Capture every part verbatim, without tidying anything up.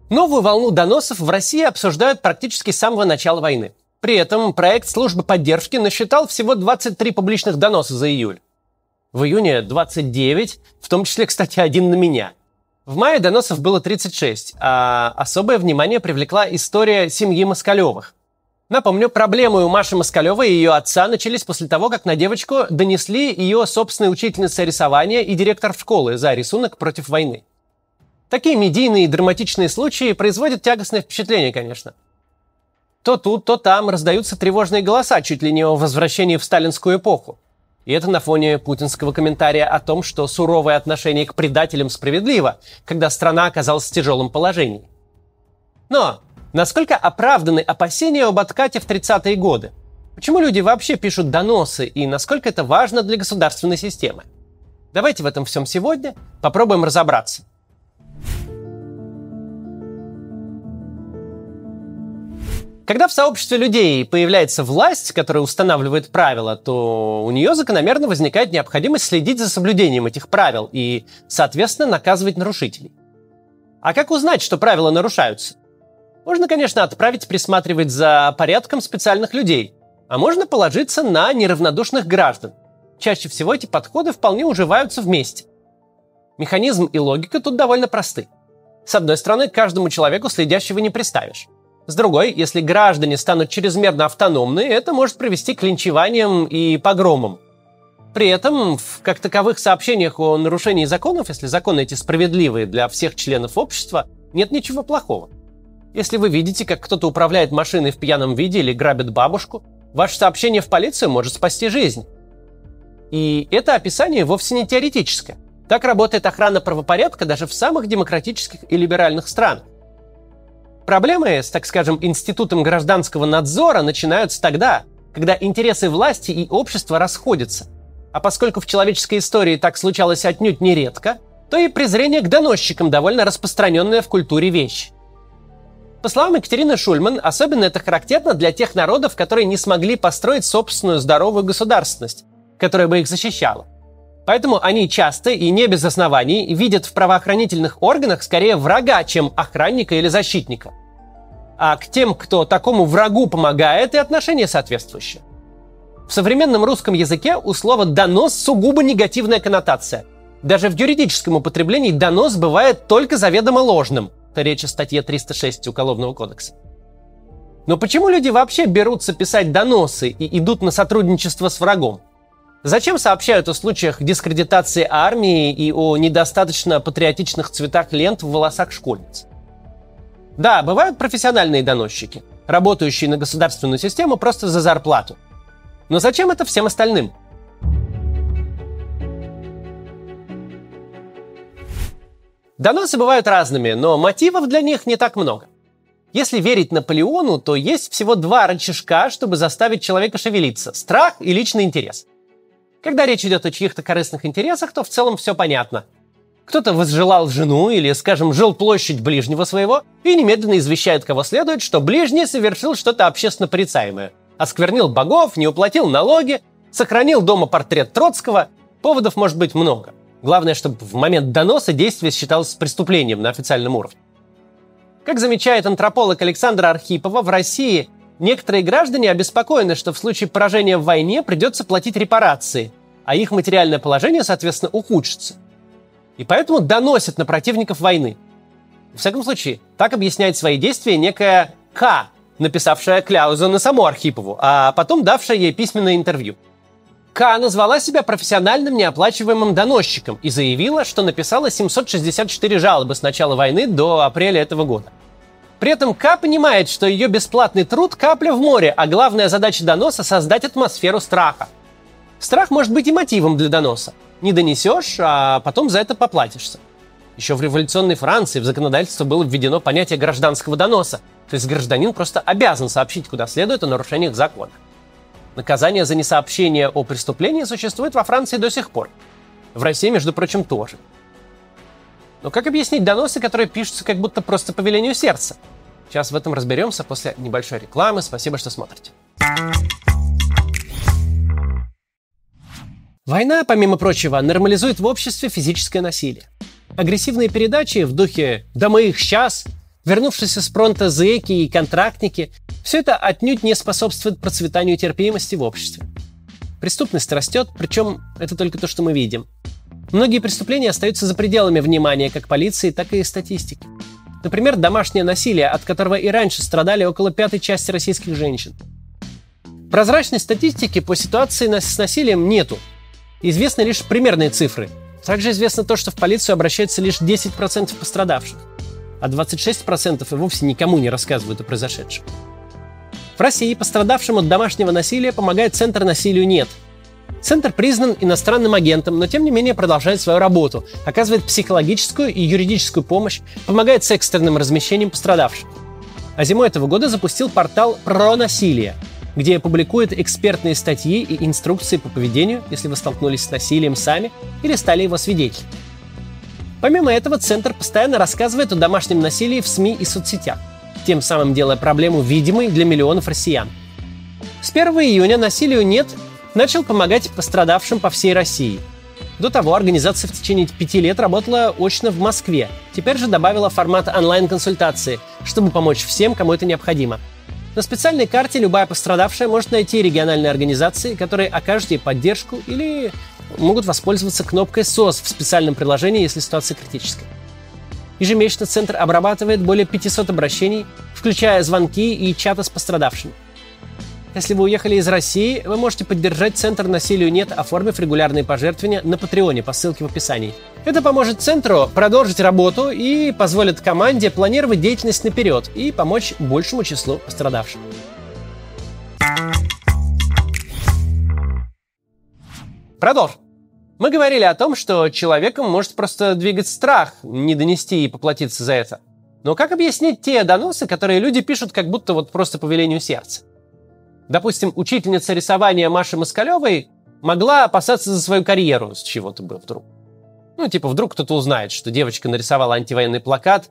Новую волну доносов в России обсуждают практически с самого начала войны. При этом проект службы поддержки насчитал всего двадцать три публичных доноса за июль. В июне двадцать девять, в том числе, кстати, один на меня. В мае доносов было тридцать шесть, а особое внимание привлекла история семьи Москалевых. Напомню, проблемы у Маши Москалевой и ее отца начались после того, как на девочку донесли ее собственная учительница рисования и директор школы за рисунок против войны. Такие медийные и драматичные случаи производят тягостное впечатление, конечно. То тут, то там раздаются тревожные голоса чуть ли не о возвращении в сталинскую эпоху. И это на фоне путинского комментария о том, что суровое отношение к предателям справедливо, когда страна оказалась в тяжелом положении. Но насколько оправданы опасения об откате в тридцатые годы? Почему люди вообще пишут доносы и насколько это важно для государственной системы? Давайте в этом всем сегодня попробуем разобраться. Когда в сообществе людей появляется власть, которая устанавливает правила, то у нее закономерно возникает необходимость следить за соблюдением этих правил и, соответственно, наказывать нарушителей. А как узнать, что правила нарушаются? Можно, конечно, отправить присматривать за порядком специальных людей, а можно положиться на неравнодушных граждан. Чаще всего эти подходы вполне уживаются вместе. Механизм и логика тут довольно просты. С одной стороны, каждому человеку следящего не приставишь. С другой, если граждане станут чрезмерно автономны, это может привести к линчеваниям и погромам. При этом в как таковых сообщениях о нарушении законов, если законы эти справедливые для всех членов общества, нет ничего плохого. Если вы видите, как кто-то управляет машиной в пьяном виде или грабит бабушку, ваше сообщение в полицию может спасти жизнь. И это описание вовсе не теоретическое. Так работает охрана правопорядка даже в самых демократических и либеральных странах. Проблемы с, так скажем, институтом гражданского надзора начинаются тогда, когда интересы власти и общества расходятся. А поскольку в человеческой истории так случалось отнюдь нередко, то и презрение к доносчикам довольно распространенная в культуре вещь. По словам Екатерины Шульман, особенно это характерно для тех народов, которые не смогли построить собственную здоровую государственность, которая бы их защищала. Поэтому они часто и не без оснований видят в правоохранительных органах скорее врага, чем охранника или защитника. А к тем, кто такому врагу помогает, и отношение соответствующее. В современном русском языке у слова «донос» сугубо негативная коннотация. Даже в юридическом употреблении донос бывает только заведомо ложным. Это речь о статье триста шесть Уголовного кодекса. Но почему люди вообще берутся писать доносы и идут на сотрудничество с врагом? Зачем сообщают о случаях дискредитации армии и о недостаточно патриотичных цветах лент в волосах школьниц? Да, бывают профессиональные доносчики, работающие на государственную систему просто за зарплату. Но зачем это всем остальным? Доносы бывают разными, но мотивов для них не так много. Если верить Наполеону, то есть всего два рычажка, чтобы заставить человека шевелиться – страх и личный интерес. Когда речь идет о чьих-то корыстных интересах, то в целом все понятно. Кто-то возжелал жену или, скажем, жилплощадь ближнего своего и немедленно извещает кого следует, что ближний совершил что-то общественно порицаемое. Осквернил богов, не уплатил налоги, сохранил дома портрет Троцкого. Поводов может быть много. Главное, чтобы в момент доноса действие считалось преступлением на официальном уровне. Как замечает антрополог Александра Архипова, в России некоторые граждане обеспокоены, что в случае поражения в войне придется платить репарации, а их материальное положение, соответственно, ухудшится. И поэтому доносят на противников войны. В всяком случае, так объясняет свои действия некая К, написавшая кляузу на саму Архипову, а потом давшая ей письменное интервью. К назвала себя профессиональным неоплачиваемым доносчиком и заявила, что написала семьсот шестьдесят четыре жалобы с начала войны до апреля этого года. При этом К понимает, что ее бесплатный труд – капля в море, а главная задача доноса – создать атмосферу страха. Страх может быть и мотивом для доноса. Не донесешь, а потом за это поплатишься. Еще в революционной Франции в законодательство было введено понятие гражданского доноса, то есть гражданин просто обязан сообщить куда следует о нарушениях закона. Наказание за несообщение о преступлении существует во Франции до сих пор. В России, между прочим, тоже. Но как объяснить доносы, которые пишутся как будто просто по велению сердца? Сейчас в этом разберемся после небольшой рекламы. Спасибо, что смотрите. Война, помимо прочего, нормализует в обществе физическое насилие. Агрессивные передачи в духе «да мы их щас», вернувшиеся с фронта зэки и контрактники – все это отнюдь не способствует процветанию терпимости в обществе. Преступность растет, причем это только то, что мы видим. Многие преступления остаются за пределами внимания как полиции, так и статистики. Например, домашнее насилие, от которого и раньше страдали около пятой части российских женщин. Прозрачной статистики по ситуации с насилием нету. Известны лишь примерные цифры. Также известно то, что в полицию обращаются лишь десять процентов пострадавших, а двадцать шесть процентов и вовсе никому не рассказывают о произошедшем. В России пострадавшим от домашнего насилия помогает Центр «Насилию нет». Центр признан иностранным агентом, но тем не менее продолжает свою работу, оказывает психологическую и юридическую помощь, помогает с экстренным размещением пострадавших. А зимой этого года запустил портал «Про насилие», где публикует экспертные статьи и инструкции по поведению, если вы столкнулись с насилием сами или стали его свидетелем. Помимо этого, Центр постоянно рассказывает о домашнем насилии в СМИ и соцсетях, тем самым делая проблему видимой для миллионов россиян. С первого июня «Насилию нет» начал помогать пострадавшим по всей России. До того организация в течение пяти лет работала очно в Москве, теперь же добавила формат онлайн-консультации, чтобы помочь всем, кому это необходимо. На специальной карте любая пострадавшая может найти региональные организации, которые окажут ей поддержку или могут воспользоваться кнопкой СОС в специальном приложении, если ситуация критическая. Ежемесячно Центр обрабатывает более пятисот обращений, включая звонки и чаты с пострадавшими. Если вы уехали из России, вы можете поддержать Центр «Насилию нет», оформив регулярные пожертвования на Патреоне по ссылке в описании. Это поможет Центру продолжить работу и позволит команде планировать деятельность наперед и помочь большему числу пострадавших. Продолжим. Мы говорили о том, что человеком может просто двигать страх, не донести и поплатиться за это. Но как объяснить те доносы, которые люди пишут как будто вот просто по велению сердца? Допустим, учительница рисования Маши Москалевой могла опасаться за свою карьеру с чего-то бы вдруг. Ну, типа, вдруг кто-то узнает, что девочка нарисовала антивоенный плакат,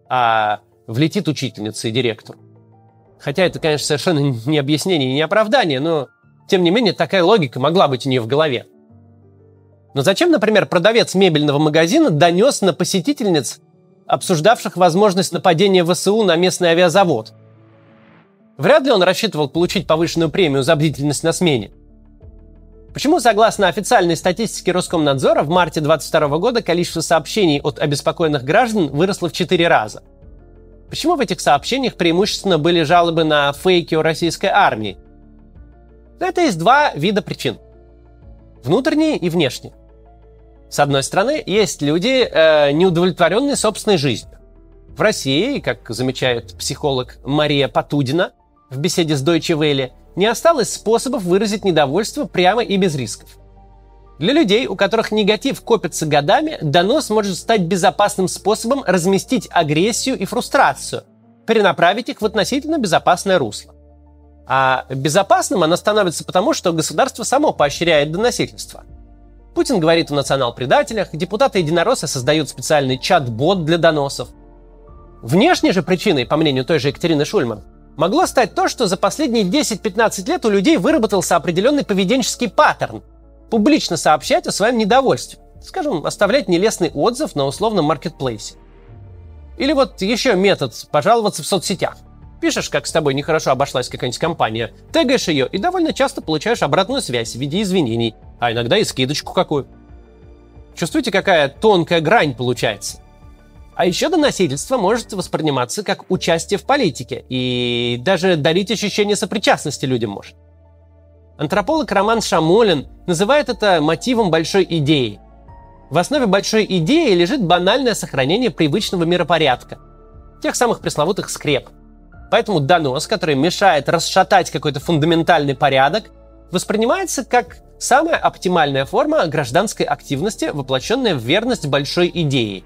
а влетит учительница и директор. Хотя это, конечно, совершенно не объяснение и не оправдание, но, тем не менее, такая логика могла быть у нее в голове. Но зачем, например, продавец мебельного магазина донес на посетительниц, обсуждавших возможность нападения ВСУ на местный авиазавод? Вряд ли он рассчитывал получить повышенную премию за бдительность на смене. Почему, согласно официальной статистике Роскомнадзора, в марте двадцать второго года количество сообщений от обеспокоенных граждан выросло в четыре раза? Почему в этих сообщениях преимущественно были жалобы на фейки о российской армии? Это есть два вида причин. Внутренние и внешние. С одной стороны, есть люди, э, неудовлетворенные собственной жизнью. В России, как замечает психолог Мария Потудина в беседе с Deutsche Welle, не осталось способов выразить недовольство прямо и без рисков. Для людей, у которых негатив копится годами, донос может стать безопасным способом разместить агрессию и фрустрацию, перенаправить их в относительно безопасное русло. А безопасным оно становится потому, что государство само поощряет доносительство. Путин говорит о национал-предателях, депутаты-единороссы создают специальный чат-бот для доносов. Внешней же причиной, по мнению той же Екатерины Шульман, могло стать то, что за последние десять-пятнадцать лет у людей выработался определенный поведенческий паттерн – публично сообщать о своем недовольстве, скажем, оставлять нелестный отзыв на условном маркетплейсе. Или вот еще метод – пожаловаться в соцсетях. Пишешь, как с тобой нехорошо обошлась какая-нибудь компания, тегаешь ее и довольно часто получаешь обратную связь в виде извинений, а иногда и скидочку какую. Чувствуете, какая тонкая грань получается? А еще доносительство может восприниматься как участие в политике и даже дарить ощущение сопричастности людям может. Антрополог Роман Шамолин называет это мотивом большой идеи. В основе большой идеи лежит банальное сохранение привычного миропорядка, тех самых пресловутых скреп. Поэтому донос, который мешает расшатать какой-то фундаментальный порядок, воспринимается как самая оптимальная форма гражданской активности, воплощенная в верность большой идее.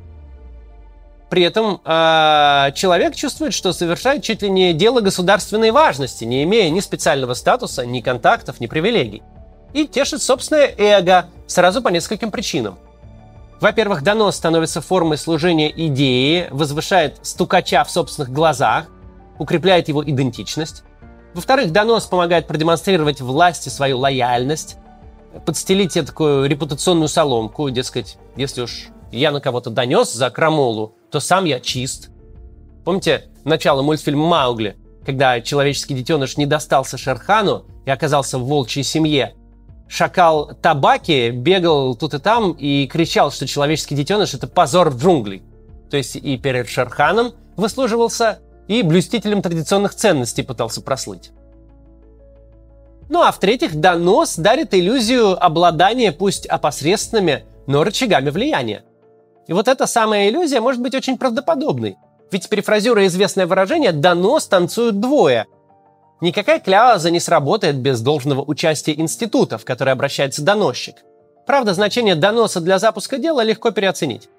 При этом э, человек чувствует, что совершает чуть ли не дело государственной важности, не имея ни специального статуса, ни контактов, ни привилегий. И тешит собственное эго сразу по нескольким причинам. Во-первых, донос становится формой служения идеи, возвышает стукача в собственных глазах, укрепляет его идентичность. Во-вторых, донос помогает продемонстрировать власти свою лояльность, подстелить себе такую репутационную соломку, дескать, если уж я на кого-то донес за крамолу, то сам я чист. Помните начало мультфильма «Маугли», когда человеческий детеныш не достался Шерхану и оказался в волчьей семье? Шакал Табаки бегал тут и там и кричал, что человеческий детеныш — это позор в джунглей. То есть и перед Шерханом выслуживался, и блюстителем традиционных ценностей пытался прослыть. Ну а в-третьих, донос дарит иллюзию обладания пусть опосредственными, но рычагами влияния. И вот эта самая иллюзия может быть очень правдоподобной. Ведь, перефразируя известное выражение, донос танцуют двое. Никакая кляуза не сработает без должного участия института, в который обращается доносчик. Правда, значение доноса для запуска дела легко переоценить.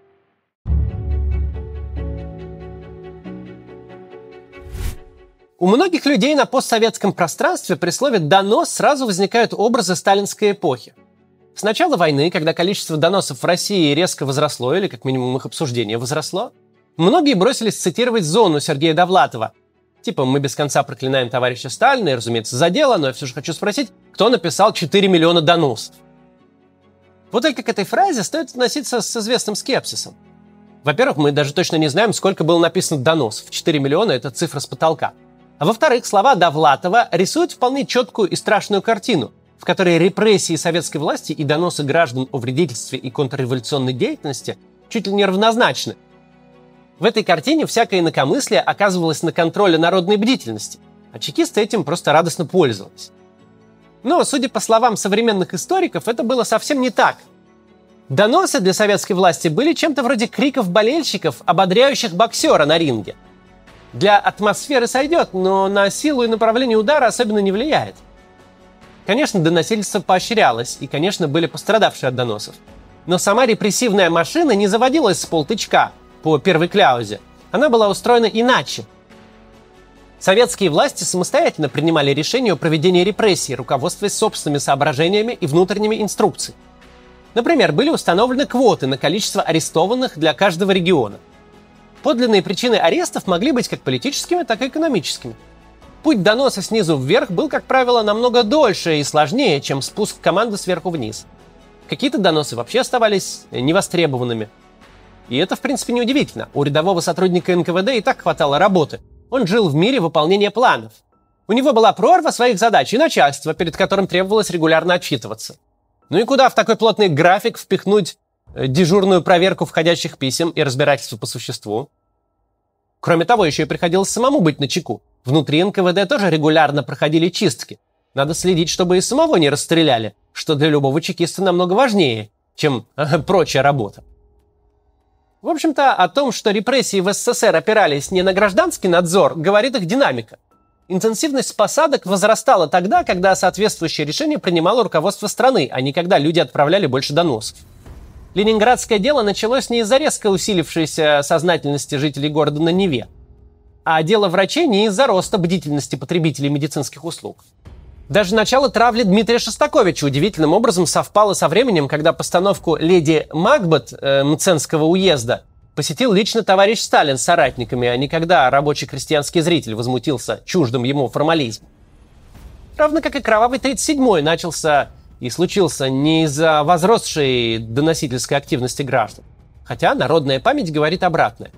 У многих людей на постсоветском пространстве при слове «донос» сразу возникают образы сталинской эпохи. С начала войны, когда количество доносов в России резко возросло, или как минимум их обсуждение возросло, многие бросились цитировать «Зону» Сергея Довлатова. Типа «Мы без конца проклинаем товарища Сталина», и, разумеется, за дело, но я все же хочу спросить, кто написал четыре миллиона доносов? Вот только к этой фразе стоит относиться с известным скепсисом. Во-первых, мы даже точно не знаем, сколько было написано доносов. четыре миллиона – это цифра с потолка. А во-вторых, слова Довлатова рисуют вполне четкую и страшную картину, в которой репрессии советской власти и доносы граждан о вредительстве и контрреволюционной деятельности чуть ли не равнозначны. В этой картине всякое инакомыслие оказывалось на контроле народной бдительности, а чекисты этим просто радостно пользовались. Но, судя по словам современных историков, это было совсем не так. Доносы для советской власти были чем-то вроде криков болельщиков, ободряющих боксера на ринге. Для атмосферы сойдет, но на силу и направление удара особенно не влияет. Конечно, доносительство поощрялось, и, конечно, были пострадавшие от доносов. Но сама репрессивная машина не заводилась с полтычка по первой кляузе. Она была устроена иначе. Советские власти самостоятельно принимали решение о проведении репрессий, руководствуясь собственными соображениями и внутренними инструкциями. Например, были установлены квоты на количество арестованных для каждого региона. Подлинные причины арестов могли быть как политическими, так и экономическими. Путь доноса снизу вверх был, как правило, намного дольше и сложнее, чем спуск команды сверху вниз. Какие-то доносы вообще оставались невостребованными. И это, в принципе, неудивительно. У рядового сотрудника эн ка вэ дэ и так хватало работы. Он жил в мире выполнения планов. У него была прорва своих задач и начальство, перед которым требовалось регулярно отчитываться. Ну и куда в такой плотный график впихнуть дежурную проверку входящих писем и разбирательство по существу? Кроме того, еще и приходилось самому быть начеку. Внутри эн ка вэ дэ тоже регулярно проходили чистки. Надо следить, чтобы и самого не расстреляли, что для любого чекиста намного важнее, чем э, прочая работа. В общем-то, о том, что репрессии в эс эс эс эр опирались не на гражданский надзор, говорит их динамика. Интенсивность посадок возрастала тогда, когда соответствующее решение принимало руководство страны, а не когда люди отправляли больше доносов. Ленинградское дело началось не из-за резко усилившейся сознательности жителей города на Неве, а дело врачей не из-за роста бдительности потребителей медицинских услуг. Даже начало травли Дмитрия Шостаковича удивительным образом совпало со временем, когда постановку «Леди Макбет» э, Мценского уезда посетил лично товарищ Сталин с соратниками, а не когда рабочий крестьянский зритель возмутился чуждым ему формализмом. Равно как и кровавый тридцать седьмой начался и случился не из-за возросшей доносительской активности граждан, хотя народная память говорит обратное.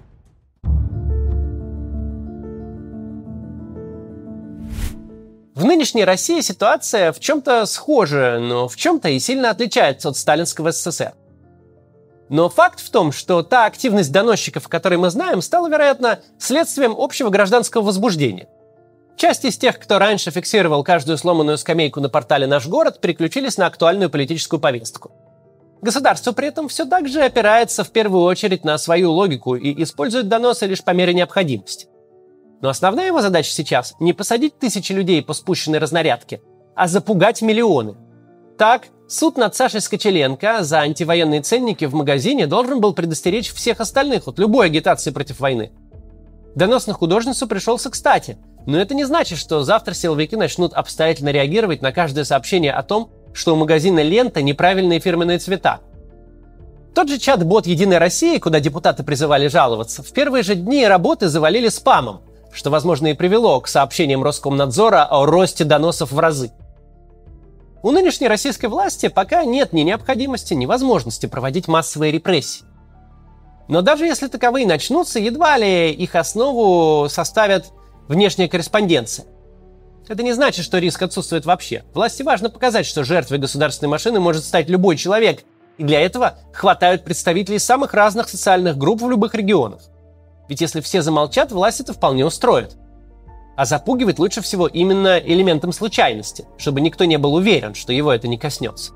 В нынешней России ситуация в чем-то схожа, но в чем-то и сильно отличается от сталинского эс эс эс эр. Но факт в том, что та активность доносчиков, о которой мы знаем, стала, вероятно, следствием общего гражданского возбуждения. Часть из тех, кто раньше фиксировал каждую сломанную скамейку на портале «Наш город», переключились на актуальную политическую повестку. Государство при этом все так же опирается в первую очередь на свою логику и использует доносы лишь по мере необходимости. Но основная его задача сейчас – не посадить тысячи людей по спущенной разнарядке, а запугать миллионы. Так, суд над Сашей Скочеленко за антивоенные ценники в магазине должен был предостеречь всех остальных от любой агитации против войны. Донос на художницу пришелся кстати, но это не значит, что завтра силовики начнут обстоятельно реагировать на каждое сообщение о том, что у магазина «Лента» неправильные фирменные цвета. Тот же чат-бот «Единой России», куда депутаты призывали жаловаться, в первые же дни работы завалили спамом, что, возможно, и привело к сообщениям Роскомнадзора о росте доносов в разы. У нынешней российской власти пока нет ни необходимости, ни возможности проводить массовые репрессии. Но даже если таковые начнутся, едва ли их основу составят внешняя корреспонденция. Это не значит, что риск отсутствует вообще. Власти важно показать, что жертвой государственной машины может стать любой человек, и для этого хватают представителей самых разных социальных групп в любых регионах. Ведь если все замолчат, власть это вполне устроит. А запугивать лучше всего именно элементом случайности, чтобы никто не был уверен, что его это не коснется.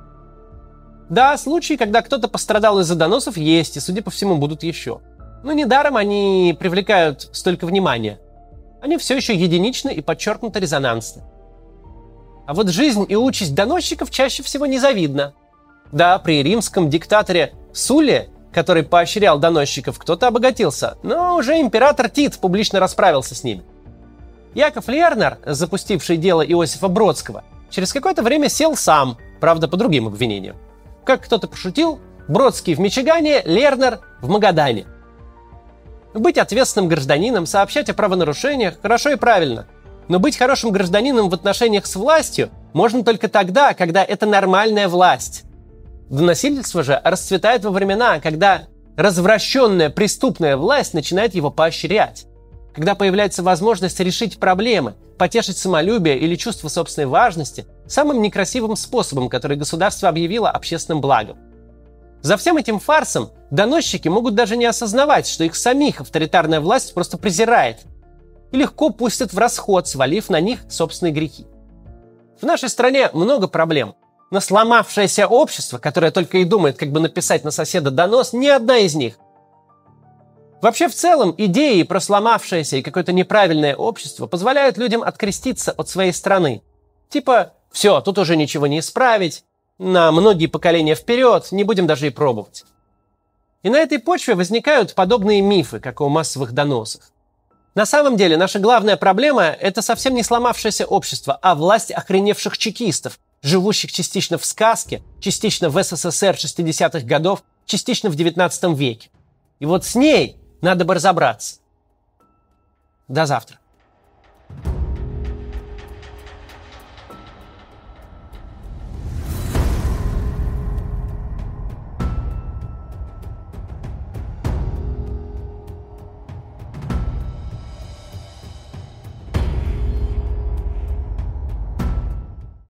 Да, случаи, когда кто-то пострадал из-за доносов, есть, и, судя по всему, будут еще. Но недаром они привлекают столько внимания. Они все еще единичны и подчеркнуто резонансны. А вот жизнь и участь доносчиков чаще всего незавидна. Да, при римском диктаторе Сулле, который поощрял доносчиков, кто-то обогатился, но уже император Тит публично расправился с ними. Яков Лернер, запустивший дело Иосифа Бродского, через какое-то время сел сам, правда, по другим обвинениям. Как кто-то пошутил, Бродский в Мичигане, Лернер в Магадане. Быть ответственным гражданином, сообщать о правонарушениях – хорошо и правильно. Но быть хорошим гражданином в отношениях с властью можно только тогда, когда это нормальная власть. Доносительство же расцветает во времена, когда развращенная преступная власть начинает его поощрять. Когда появляется возможность решить проблемы, потешить самолюбие или чувство собственной важности самым некрасивым способом, который государство объявило общественным благом. За всем этим фарсом доносчики могут даже не осознавать, что их самих авторитарная власть просто презирает и легко пустят в расход, свалив на них собственные грехи. В нашей стране много проблем, но сломавшееся общество, которое только и думает, как бы написать на соседа донос, ни одна из них. Вообще, в целом, идеи про сломавшееся и какое-то неправильное общество позволяют людям откреститься от своей страны. Типа, все, тут уже ничего не исправить, на многие поколения вперед, не будем даже и пробовать. И на этой почве возникают подобные мифы, как о массовых доносах. На самом деле, наша главная проблема – это совсем не сломавшееся общество, а власть охреневших чекистов, живущих частично в сказке, частично в СССР шестидесятых годов, частично в девятнадцатом веке. И вот с ней надо бы разобраться. До завтра.